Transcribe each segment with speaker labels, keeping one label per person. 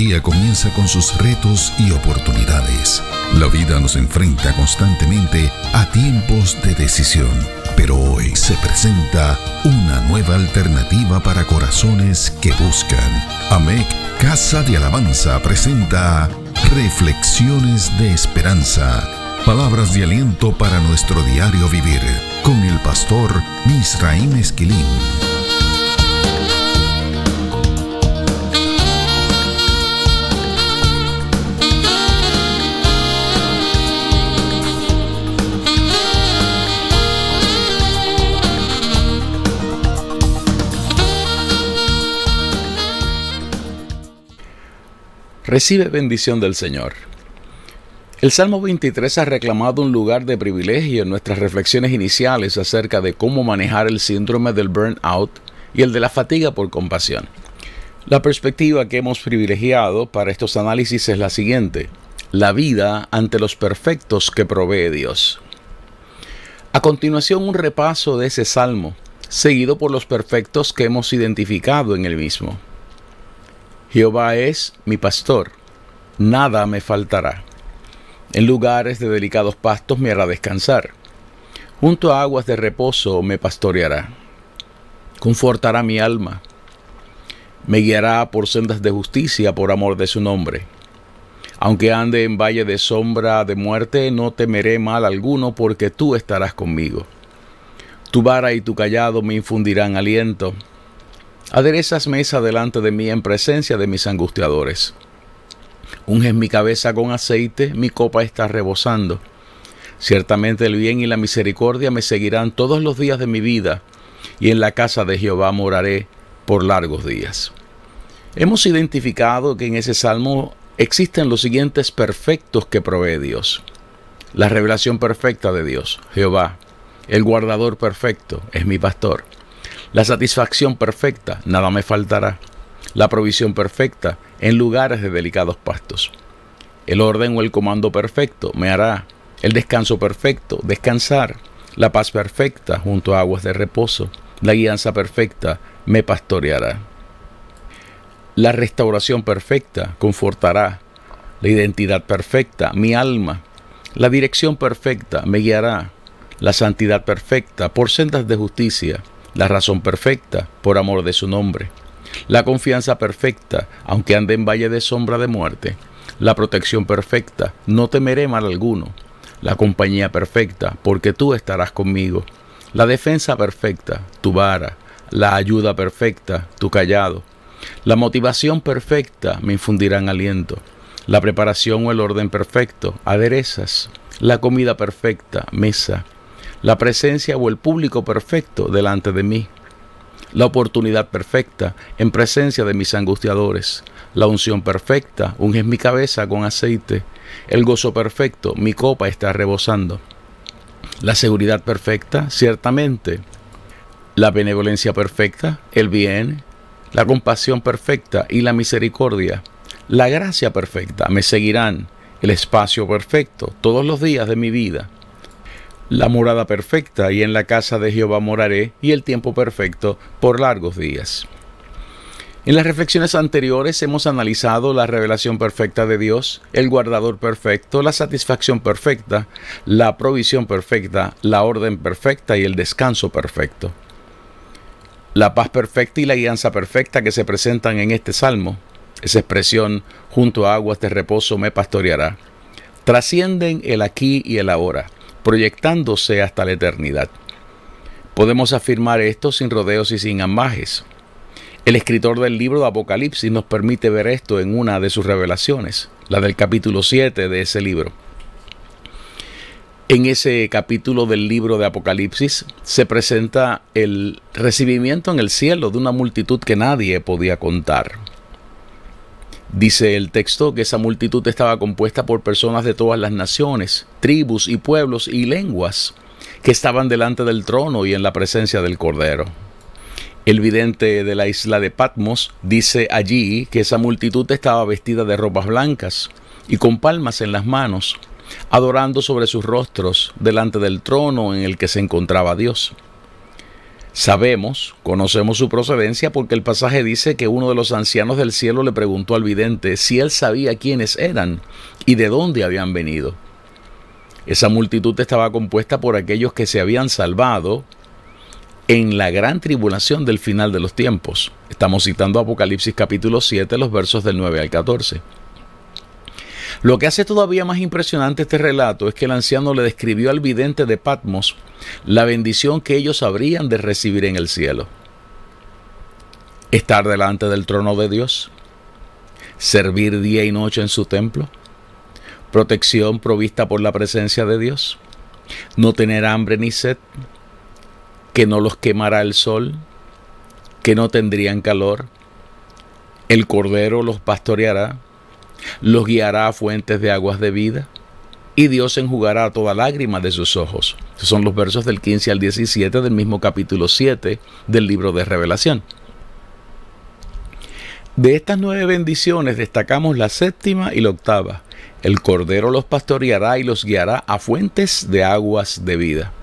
Speaker 1: día comienza con sus retos y oportunidades. La vida nos enfrenta constantemente a tiempos de decisión, pero hoy se presenta una nueva alternativa para corazones que buscan. AMEC Casa de Alabanza presenta Reflexiones de Esperanza. Palabras de aliento para nuestro diario vivir, con el pastor Misraim Esquilín.
Speaker 2: Recibe bendición del Señor. El Salmo 23 ha reclamado un lugar de privilegio en nuestras reflexiones iniciales acerca de cómo manejar el síndrome del burnout y el de la fatiga por compasión. La perspectiva que hemos privilegiado para estos análisis es la siguiente: la vida ante los perfectos que provee Dios. A continuación, un repaso de ese salmo, seguido por los perfectos que hemos identificado en el mismo. Jehová es mi pastor, nada me faltará. En lugares de delicados pastos me hará descansar. Junto a aguas de reposo me pastoreará. Confortará mi alma. Me guiará por sendas de justicia por amor de su nombre. Aunque ande en valle de sombra de muerte, no temeré mal alguno, porque tú estarás conmigo. Tu vara y tu cayado me infundirán aliento. Aderezas mesa delante de mí en presencia de mis angustiadores. Unges mi cabeza con aceite, mi copa está rebosando. Ciertamente el bien y la misericordia me seguirán todos los días de mi vida, y en la casa de Jehová moraré por largos días. Hemos identificado que en ese salmo existen los siguientes perfectos que provee Dios. La revelación perfecta de Dios, Jehová. El guardador perfecto, es mi pastor. La satisfacción perfecta, nada me faltará. La provisión perfecta, en lugares de delicados pastos. El orden o el comando perfecto, me hará. El descanso perfecto, descansar. La paz perfecta, junto a aguas de reposo. La guianza perfecta, me pastoreará. La restauración perfecta, confortará. La identidad perfecta, mi alma. La dirección perfecta, me guiará. La santidad perfecta, por sendas de justicia. La razón perfecta, por amor de su nombre. La confianza perfecta, aunque ande en valle de sombra de muerte. La protección perfecta, no temeré mal alguno. La compañía perfecta, porque tú estarás conmigo. La defensa perfecta, tu vara. La ayuda perfecta, tu cayado. La motivación perfecta, me infundirán aliento. La preparación o el orden perfecto, aderezas. La comida perfecta, mesa. La presencia o el público perfecto delante de mí. La oportunidad perfecta en presencia de mis angustiadores. La unción perfecta, unges mi cabeza con aceite. El gozo perfecto, mi copa está rebosando. La seguridad perfecta, ciertamente. La benevolencia perfecta, el bien. La compasión perfecta y la misericordia. La gracia perfecta, me seguirán. El espacio perfecto, todos los días de mi vida. La morada perfecta, y en la casa de Jehová moraré, y el tiempo perfecto por largos días. En las reflexiones anteriores hemos analizado la revelación perfecta de Dios, el guardador perfecto, la satisfacción perfecta, la provisión perfecta, la orden perfecta y el descanso perfecto. La paz perfecta y la guianza perfecta que se presentan en este salmo, esa expresión, junto a aguas de reposo me pastoreará, trascienden el aquí y el ahora, proyectándose hasta la eternidad. Podemos afirmar esto sin rodeos y sin ambajes. El escritor del libro de Apocalipsis nos permite ver esto en una de sus revelaciones, la del capítulo 7 de ese libro. En ese capítulo del libro de Apocalipsis se presenta el recibimiento en el cielo de una multitud que nadie podía contar. Dice el texto que esa multitud estaba compuesta por personas de todas las naciones, tribus y pueblos y lenguas que estaban delante del trono y en la presencia del Cordero. El vidente de la isla de Patmos dice allí que esa multitud estaba vestida de ropas blancas y con palmas en las manos, adorando sobre sus rostros delante del trono en el que se encontraba Dios. Conocemos su procedencia porque el pasaje dice que uno de los ancianos del cielo le preguntó al vidente si él sabía quiénes eran y de dónde habían venido. Esa multitud estaba compuesta por aquellos que se habían salvado en la gran tribulación del final de los tiempos. Estamos citando Apocalipsis capítulo 7, los versos del 9 al 14. Lo que hace todavía más impresionante este relato es que el anciano le describió al vidente de Patmos la bendición que ellos habrían de recibir en el cielo. Estar delante del trono de Dios, servir día y noche en su templo, protección provista por la presencia de Dios, no tener hambre ni sed, que no los quemará el sol, que no tendrían calor, el Cordero los pastoreará, los guiará a fuentes de aguas de vida, y Dios enjugará toda lágrima de sus ojos. Estos son los versos del 15 al 17 del mismo capítulo 7 del libro de Revelación. De estas 9 bendiciones destacamos la séptima y la octava. El Cordero los pastoreará y los guiará a fuentes de aguas de vida.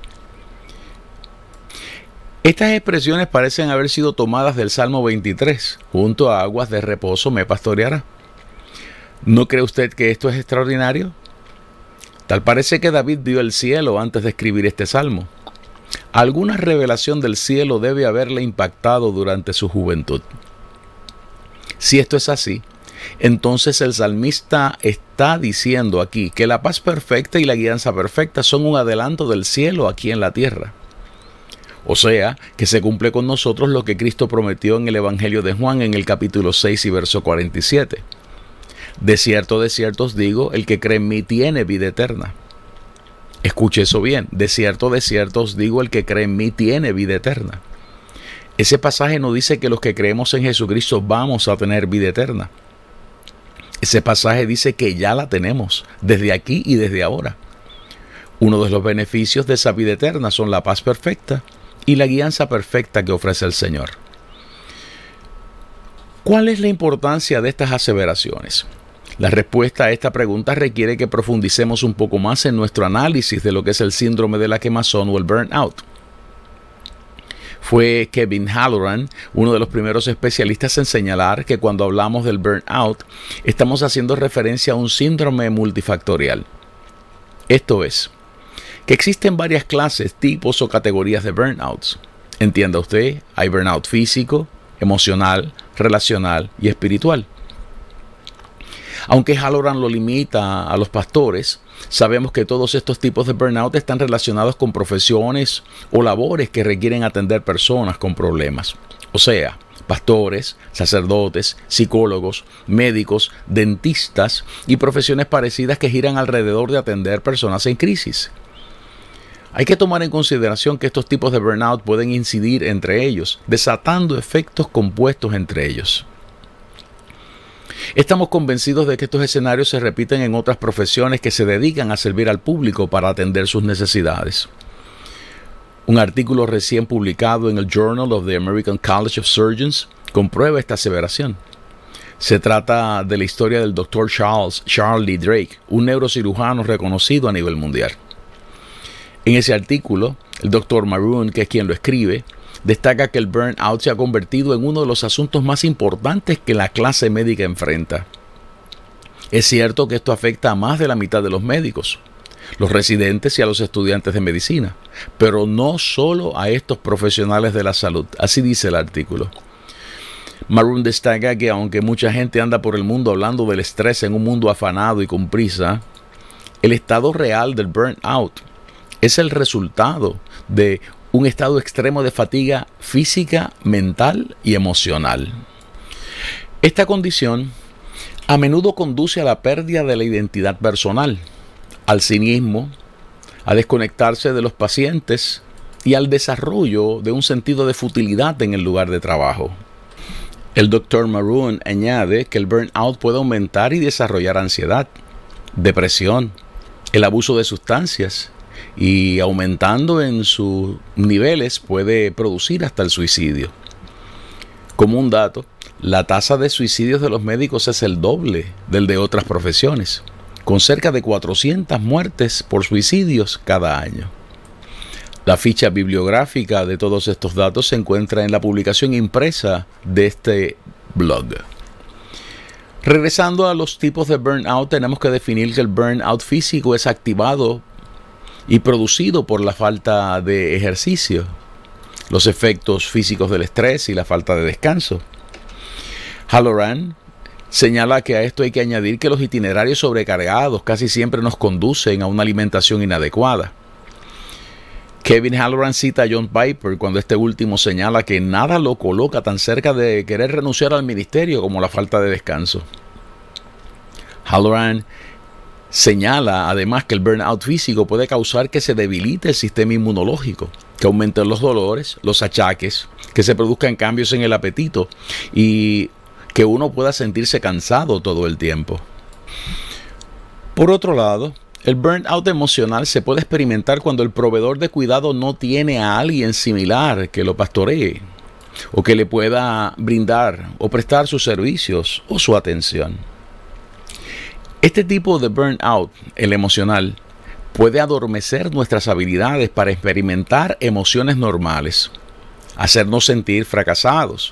Speaker 2: Estas expresiones parecen haber sido tomadas del Salmo 23. Junto a aguas de reposo me pastoreará. ¿No cree usted que esto es extraordinario? Tal parece que David vio el cielo antes de escribir este salmo. Alguna revelación del cielo debe haberle impactado durante su juventud. Si esto es así, entonces el salmista está diciendo aquí que la paz perfecta y la guianza perfecta son un adelanto del cielo aquí en la tierra. O sea, que se cumple con nosotros lo que Cristo prometió en el Evangelio de Juan en el capítulo 6 y verso 47. De cierto os digo, el que cree en mí tiene vida eterna. Escuche eso bien. De cierto os digo, el que cree en mí tiene vida eterna. Ese pasaje no dice que los que creemos en Jesucristo vamos a tener vida eterna. Ese pasaje dice que ya la tenemos, desde aquí y desde ahora. Uno de los beneficios de esa vida eterna son la paz perfecta y la guianza perfecta que ofrece el Señor. ¿Cuál es la importancia de estas aseveraciones? La respuesta a esta pregunta requiere que profundicemos un poco más en nuestro análisis de lo que es el síndrome de la quemazón o el burnout. Fue Kevin Halloran, uno de los primeros especialistas en señalar que cuando hablamos del burnout, estamos haciendo referencia a un síndrome multifactorial. Esto es, que existen varias clases, tipos o categorías de burnouts. Entienda usted, hay burnout físico, emocional, relacional y espiritual. Aunque Halloran lo limita a los pastores, sabemos que todos estos tipos de burnout están relacionados con profesiones o labores que requieren atender personas con problemas. O sea, pastores, sacerdotes, psicólogos, médicos, dentistas y profesiones parecidas que giran alrededor de atender personas en crisis. Hay que tomar en consideración que estos tipos de burnout pueden incidir entre ellos, desatando efectos compuestos entre ellos. Estamos convencidos de que estos escenarios se repiten en otras profesiones que se dedican a servir al público para atender sus necesidades. Un artículo recién publicado en el Journal of the American College of Surgeons comprueba esta aseveración. Se trata de la historia del Dr. Charlie Drake, un neurocirujano reconocido a nivel mundial. En ese artículo, el Dr. Maroon, que es quien lo escribe, destaca que el burnout se ha convertido en uno de los asuntos más importantes que la clase médica enfrenta. Es cierto que esto afecta a más de la mitad de los médicos, los residentes y a los estudiantes de medicina, pero no solo a estos profesionales de la salud, así dice el artículo. Maroon destaca que aunque mucha gente anda por el mundo hablando del estrés en un mundo afanado y con prisa, el estado real del burnout es el resultado de un estado extremo de fatiga física, mental y emocional. Esta condición a menudo conduce a la pérdida de la identidad personal, al cinismo, a desconectarse de los pacientes y al desarrollo de un sentido de futilidad en el lugar de trabajo. El Dr. Maroon añade que el burnout puede aumentar y desarrollar ansiedad, depresión, el abuso de sustancias, y aumentando en sus niveles puede producir hasta el suicidio. Como un dato, la tasa de suicidios de los médicos es el doble del de otras profesiones, con cerca de 400 muertes por suicidios cada año. La ficha bibliográfica de todos estos datos se encuentra en la publicación impresa de este blog. Regresando a los tipos de burnout, tenemos que definir que el burnout físico es activado y producido por la falta de ejercicio, los efectos físicos del estrés y la falta de descanso. Halloran señala que a esto hay que añadir que los itinerarios sobrecargados casi siempre nos conducen a una alimentación inadecuada. Kevin Halloran cita a John Piper cuando este último señala que nada lo coloca tan cerca de querer renunciar al ministerio como la falta de descanso. Halloran señala además que el burnout físico puede causar que se debilite el sistema inmunológico, que aumenten los dolores, los achaques, que se produzcan cambios en el apetito y que uno pueda sentirse cansado todo el tiempo. Por otro lado, el burnout emocional se puede experimentar cuando el proveedor de cuidado no tiene a alguien similar que lo pastoree o que le pueda brindar o prestar sus servicios o su atención. Este tipo de burnout, el emocional, puede adormecer nuestras habilidades para experimentar emociones normales, hacernos sentir fracasados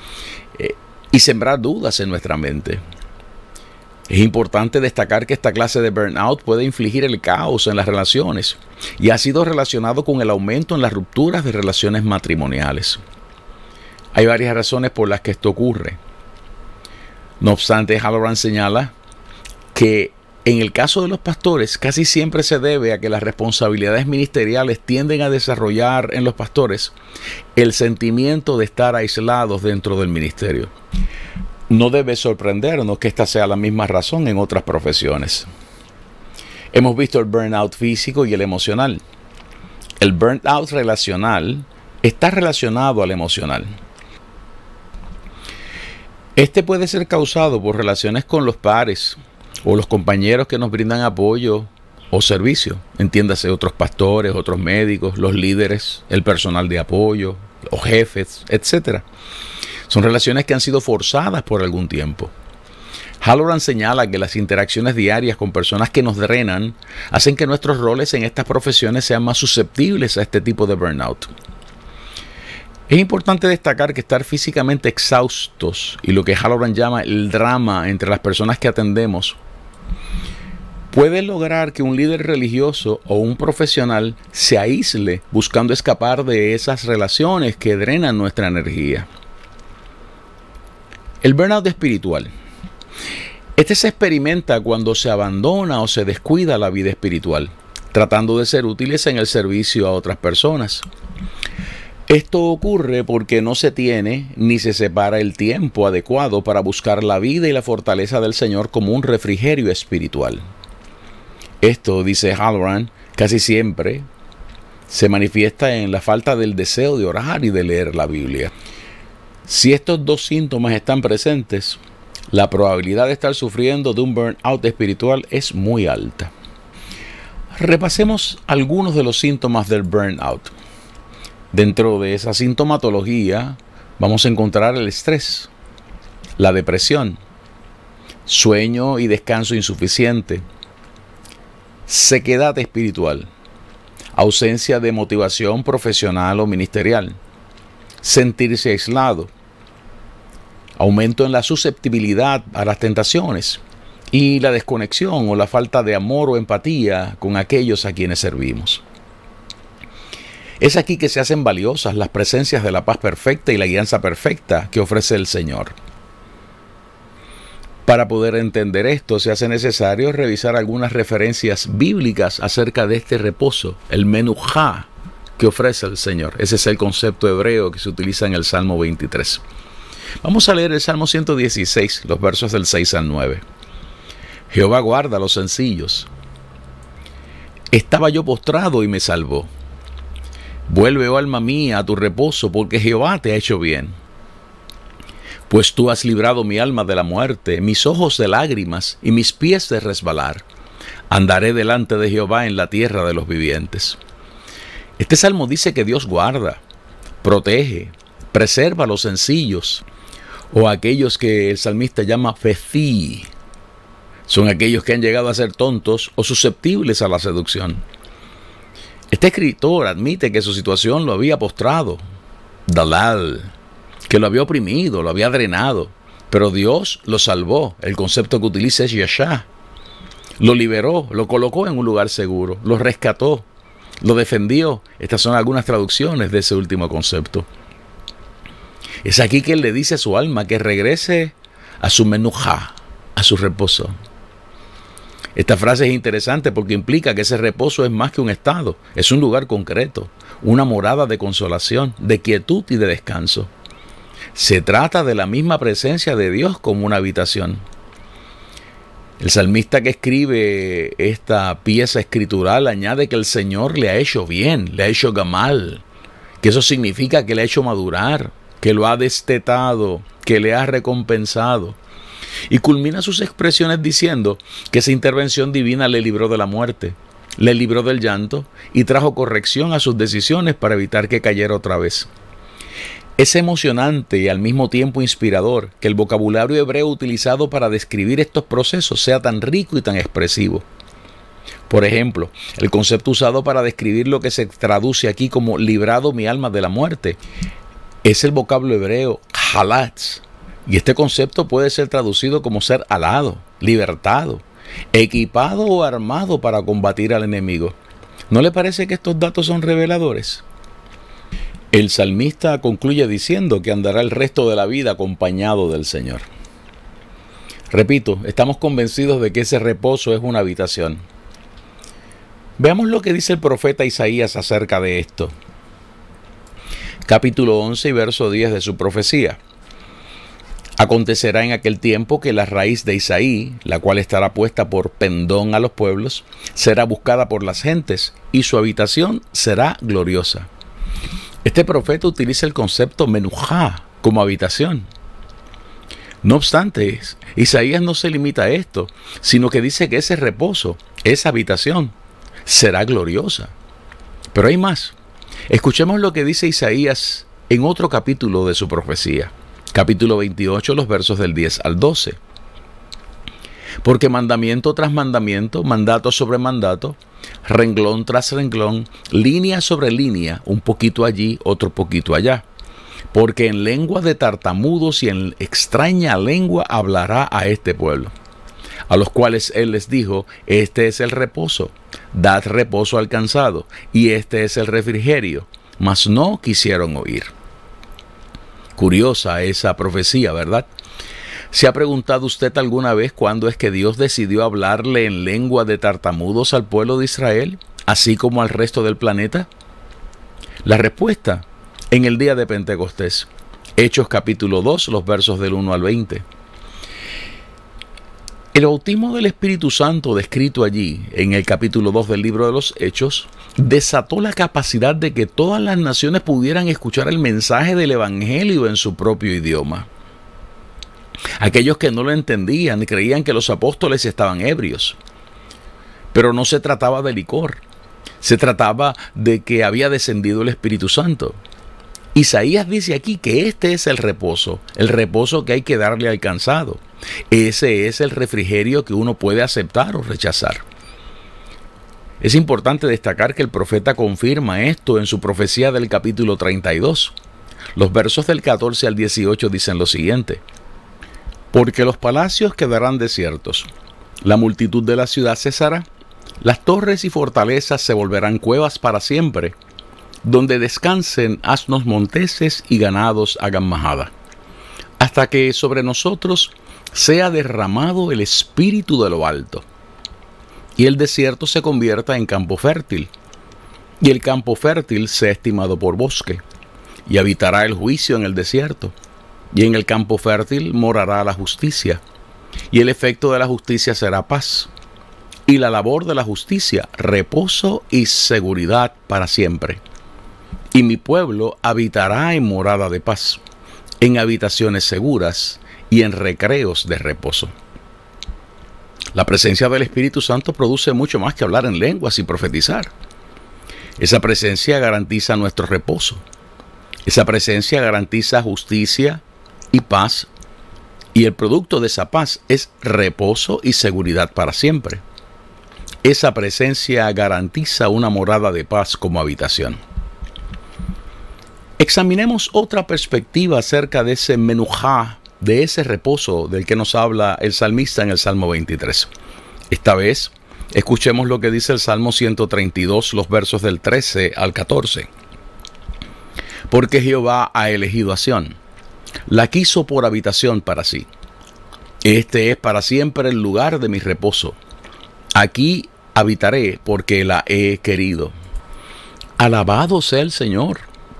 Speaker 2: y sembrar dudas en nuestra mente. Es importante destacar que esta clase de burnout puede infligir el caos en las relaciones y ha sido relacionado con el aumento en las rupturas de relaciones matrimoniales. Hay varias razones por las que esto ocurre. No obstante, Halloran señala que en el caso de los pastores casi siempre se debe a que las responsabilidades ministeriales tienden a desarrollar en los pastores el sentimiento de estar aislados dentro del ministerio. No debe sorprendernos que esta sea la misma razón en otras profesiones. Hemos visto el burnout físico y el emocional. El burnout relacional está relacionado al emocional. Este puede ser causado por relaciones con los pares o los compañeros que nos brindan apoyo o servicio. Entiéndase, otros pastores, otros médicos, los líderes, el personal de apoyo, los jefes, etc. Son relaciones que han sido forzadas por algún tiempo. Halloran señala que las interacciones diarias con personas que nos drenan hacen que nuestros roles en estas profesiones sean más susceptibles a este tipo de burnout. Es importante destacar que estar físicamente exhaustos y lo que Halloran llama el drama entre las personas que atendemos puede lograr que un líder religioso o un profesional se aísle buscando escapar de esas relaciones que drenan nuestra energía. El burnout espiritual. Este se experimenta cuando se abandona o se descuida la vida espiritual, tratando de ser útiles en el servicio a otras personas. Esto ocurre porque no se tiene ni se separa el tiempo adecuado para buscar la vida y la fortaleza del Señor como un refrigerio espiritual. Esto, dice Halloran, casi siempre se manifiesta en la falta del deseo de orar y de leer la Biblia. Si estos dos síntomas están presentes, la probabilidad de estar sufriendo de un burnout espiritual es muy alta. Repasemos algunos de los síntomas del burnout. Dentro de esa sintomatología vamos a encontrar el estrés, la depresión, sueño y descanso insuficiente, sequedad espiritual, ausencia de motivación profesional o ministerial, sentirse aislado, aumento en la susceptibilidad a las tentaciones y la desconexión o la falta de amor o empatía con aquellos a quienes servimos. Es aquí que se hacen valiosas las presencias de la paz perfecta y la guianza perfecta que ofrece el Señor. Para poder entender esto, se hace necesario revisar algunas referencias bíblicas acerca de este reposo, el menujá que ofrece el Señor. Ese es el concepto hebreo que se utiliza en el Salmo 23. Vamos a leer el Salmo 116, los versos del 6 al 9. Jehová guarda a los sencillos. Estaba yo postrado y me salvó. Vuelve, oh alma mía, a tu reposo, porque Jehová te ha hecho bien. Pues tú has librado mi alma de la muerte, mis ojos de lágrimas y mis pies de resbalar. Andaré delante de Jehová en la tierra de los vivientes. Este salmo dice que Dios guarda, protege, preserva a los sencillos, o a aquellos que el salmista llama fefí. Son aquellos que han llegado a ser tontos o susceptibles a la seducción. Este escritor admite que su situación lo había postrado, dalal, que lo había oprimido, lo había drenado, pero Dios lo salvó. El concepto que utiliza es yashá. Lo liberó, lo colocó en un lugar seguro, lo rescató, lo defendió. Estas son algunas traducciones de ese último concepto. Es aquí que él le dice a su alma que regrese a su menujá, a su reposo. Esta frase es interesante porque implica que ese reposo es más que un estado, es un lugar concreto, una morada de consolación, de quietud y de descanso. Se trata de la misma presencia de Dios como una habitación. El salmista que escribe esta pieza escritural añade que el Señor le ha hecho bien, le ha hecho gamal, que eso significa que le ha hecho madurar, que lo ha destetado, que le ha recompensado. Y culmina sus expresiones diciendo que esa intervención divina le libró de la muerte, le libró del llanto y trajo corrección a sus decisiones para evitar que cayera otra vez. Es emocionante y al mismo tiempo inspirador que el vocabulario hebreo utilizado para describir estos procesos sea tan rico y tan expresivo. Por ejemplo, el concepto usado para describir lo que se traduce aquí como librado mi alma de la muerte es el vocablo hebreo halatz. Y este concepto puede ser traducido como ser alado, libertado, equipado o armado para combatir al enemigo. ¿No le parece que estos datos son reveladores? El salmista concluye diciendo que andará el resto de la vida acompañado del Señor. Repito, estamos convencidos de que ese reposo es una habitación. Veamos lo que dice el profeta Isaías acerca de esto. Capítulo 11 y verso 10 de su profecía. Acontecerá en aquel tiempo que la raíz de Isaí, la cual estará puesta por pendón a los pueblos, será buscada por las gentes y su habitación será gloriosa. Este profeta utiliza el concepto menujá como habitación. No obstante, Isaías no se limita a esto, sino que dice que ese reposo, esa habitación, será gloriosa. Pero hay más. Escuchemos lo que dice Isaías en otro capítulo de su profecía. Capítulo 28, los versos del 10 al 12. Porque mandamiento tras mandamiento, mandato sobre mandato, renglón tras renglón, línea sobre línea, un poquito allí, otro poquito allá. Porque en lengua de tartamudos y en extraña lengua hablará a este pueblo, a los cuales él les dijo, este es el reposo, dad reposo al cansado, y este es el refrigerio, mas no quisieron oír. Curiosa esa profecía, ¿verdad? ¿Se ha preguntado usted alguna vez cuándo es que Dios decidió hablarle en lengua de tartamudos al pueblo de Israel, así como al resto del planeta? La respuesta, en el día de Pentecostés. Hechos capítulo 2, los versos del 1 al 20. El bautismo del Espíritu Santo descrito allí, en el capítulo 2 del libro de los Hechos, desató la capacidad de que todas las naciones pudieran escuchar el mensaje del Evangelio en su propio idioma. Aquellos que no lo entendían creían que los apóstoles estaban ebrios. Pero no se trataba de licor, se trataba de que había descendido el Espíritu Santo. Isaías dice aquí que este es el reposo que hay que darle al cansado. Ese es el refrigerio que uno puede aceptar o rechazar. Es importante destacar que el profeta confirma esto en su profecía del capítulo 32. Los versos del 14 al 18 dicen lo siguiente. Porque los palacios quedarán desiertos, la multitud de la ciudad cesará, las torres y fortalezas se volverán cuevas para siempre, donde descansen asnos monteses y ganados hagan majada, hasta que sobre nosotros sea derramado el espíritu de lo alto, y el desierto se convierta en campo fértil, y el campo fértil sea estimado por bosque, y habitará el juicio en el desierto, y en el campo fértil morará la justicia, y el efecto de la justicia será paz, y la labor de la justicia reposo y seguridad para siempre. Y mi pueblo habitará en morada de paz, en habitaciones seguras y en recreos de reposo. La presencia del Espíritu Santo produce mucho más que hablar en lenguas y profetizar. Esa presencia garantiza nuestro reposo. Esa presencia garantiza justicia y paz. Y el producto de esa paz es reposo y seguridad para siempre. Esa presencia garantiza una morada de paz como habitación. Examinemos otra perspectiva acerca de ese menujá, de ese reposo del que nos habla el salmista en el Salmo 23. Esta vez, escuchemos lo que dice el Salmo 132, los versos del 13 al 14. Porque Jehová ha elegido a Sión, la quiso por habitación para sí. Este es para siempre el lugar de mi reposo. Aquí habitaré porque la he querido. Alabado sea el Señor.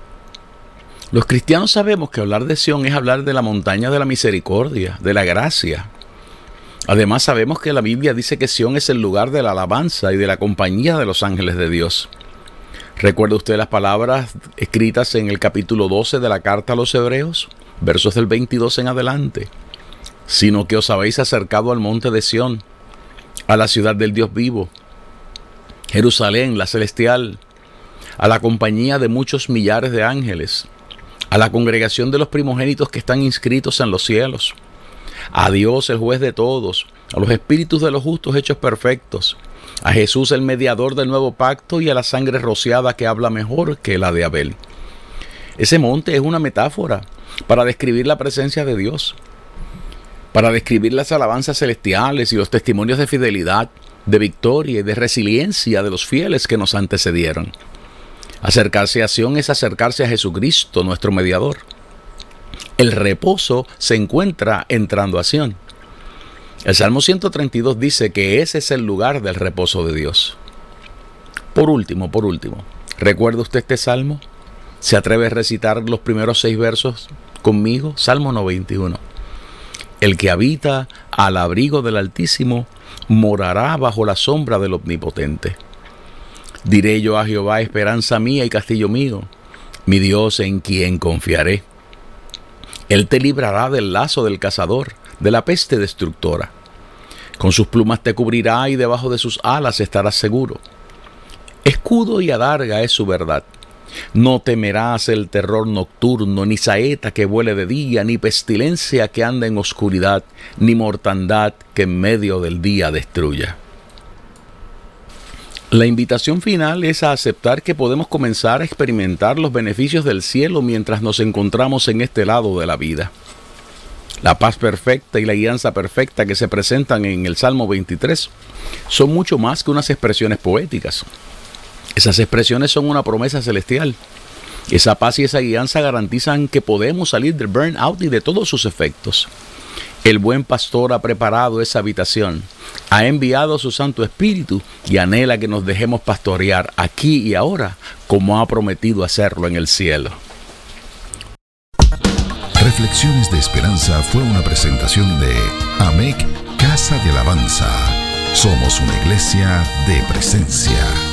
Speaker 2: Los cristianos sabemos que hablar de Sión es hablar de la montaña de la misericordia, de la gracia. Además sabemos que la Biblia dice que Sión es el lugar de la alabanza y de la compañía de los ángeles de Dios. ¿Recuerda usted las palabras escritas en el capítulo 12 de la carta a los Hebreos? Versos del 22 en adelante. Sino que os habéis acercado al monte de Sión, a la ciudad del Dios vivo, Jerusalén, la celestial, a la compañía de muchos millares de ángeles, a la congregación de los primogénitos que están inscritos en los cielos, a Dios el juez de todos, a los espíritus de los justos hechos perfectos, a Jesús el mediador del nuevo pacto y a la sangre rociada que habla mejor que la de Abel. Ese monte es una metáfora para describir la presencia de Dios, para describir las alabanzas celestiales y los testimonios de fidelidad, de victoria y de resiliencia de los fieles que nos antecedieron. Acercarse a Sión es acercarse a Jesucristo, nuestro mediador. El reposo se encuentra entrando a Sión. El Salmo 132 dice que ese es el lugar del reposo de Dios. Por último, ¿recuerda usted este salmo? ¿Se atreve a recitar los primeros 6 versos conmigo? Salmo 91. El que habita al abrigo del Altísimo morará bajo la sombra del Omnipotente. Diré yo a Jehová, esperanza mía y castillo mío, mi Dios en quien confiaré. Él te librará del lazo del cazador, de la peste destructora. Con sus plumas te cubrirá y debajo de sus alas estarás seguro. Escudo y adarga es su verdad. No temerás el terror nocturno, ni saeta que vuele de día, ni pestilencia que anda en oscuridad, ni mortandad que en medio del día destruya. La invitación final es a aceptar que podemos comenzar a experimentar los beneficios del cielo mientras nos encontramos en este lado de la vida. La paz perfecta y la guianza perfecta que se presentan en el Salmo 23 son mucho más que unas expresiones poéticas. Esas expresiones son una promesa celestial. Esa paz y esa guianza garantizan que podemos salir del burnout y de todos sus efectos. El buen pastor ha preparado esa habitación, ha enviado su Santo Espíritu y anhela que nos dejemos pastorear aquí y ahora, como ha prometido hacerlo en el cielo.
Speaker 1: Reflexiones de Esperanza fue una presentación de AMEC Casa de Alabanza. Somos una iglesia de presencia.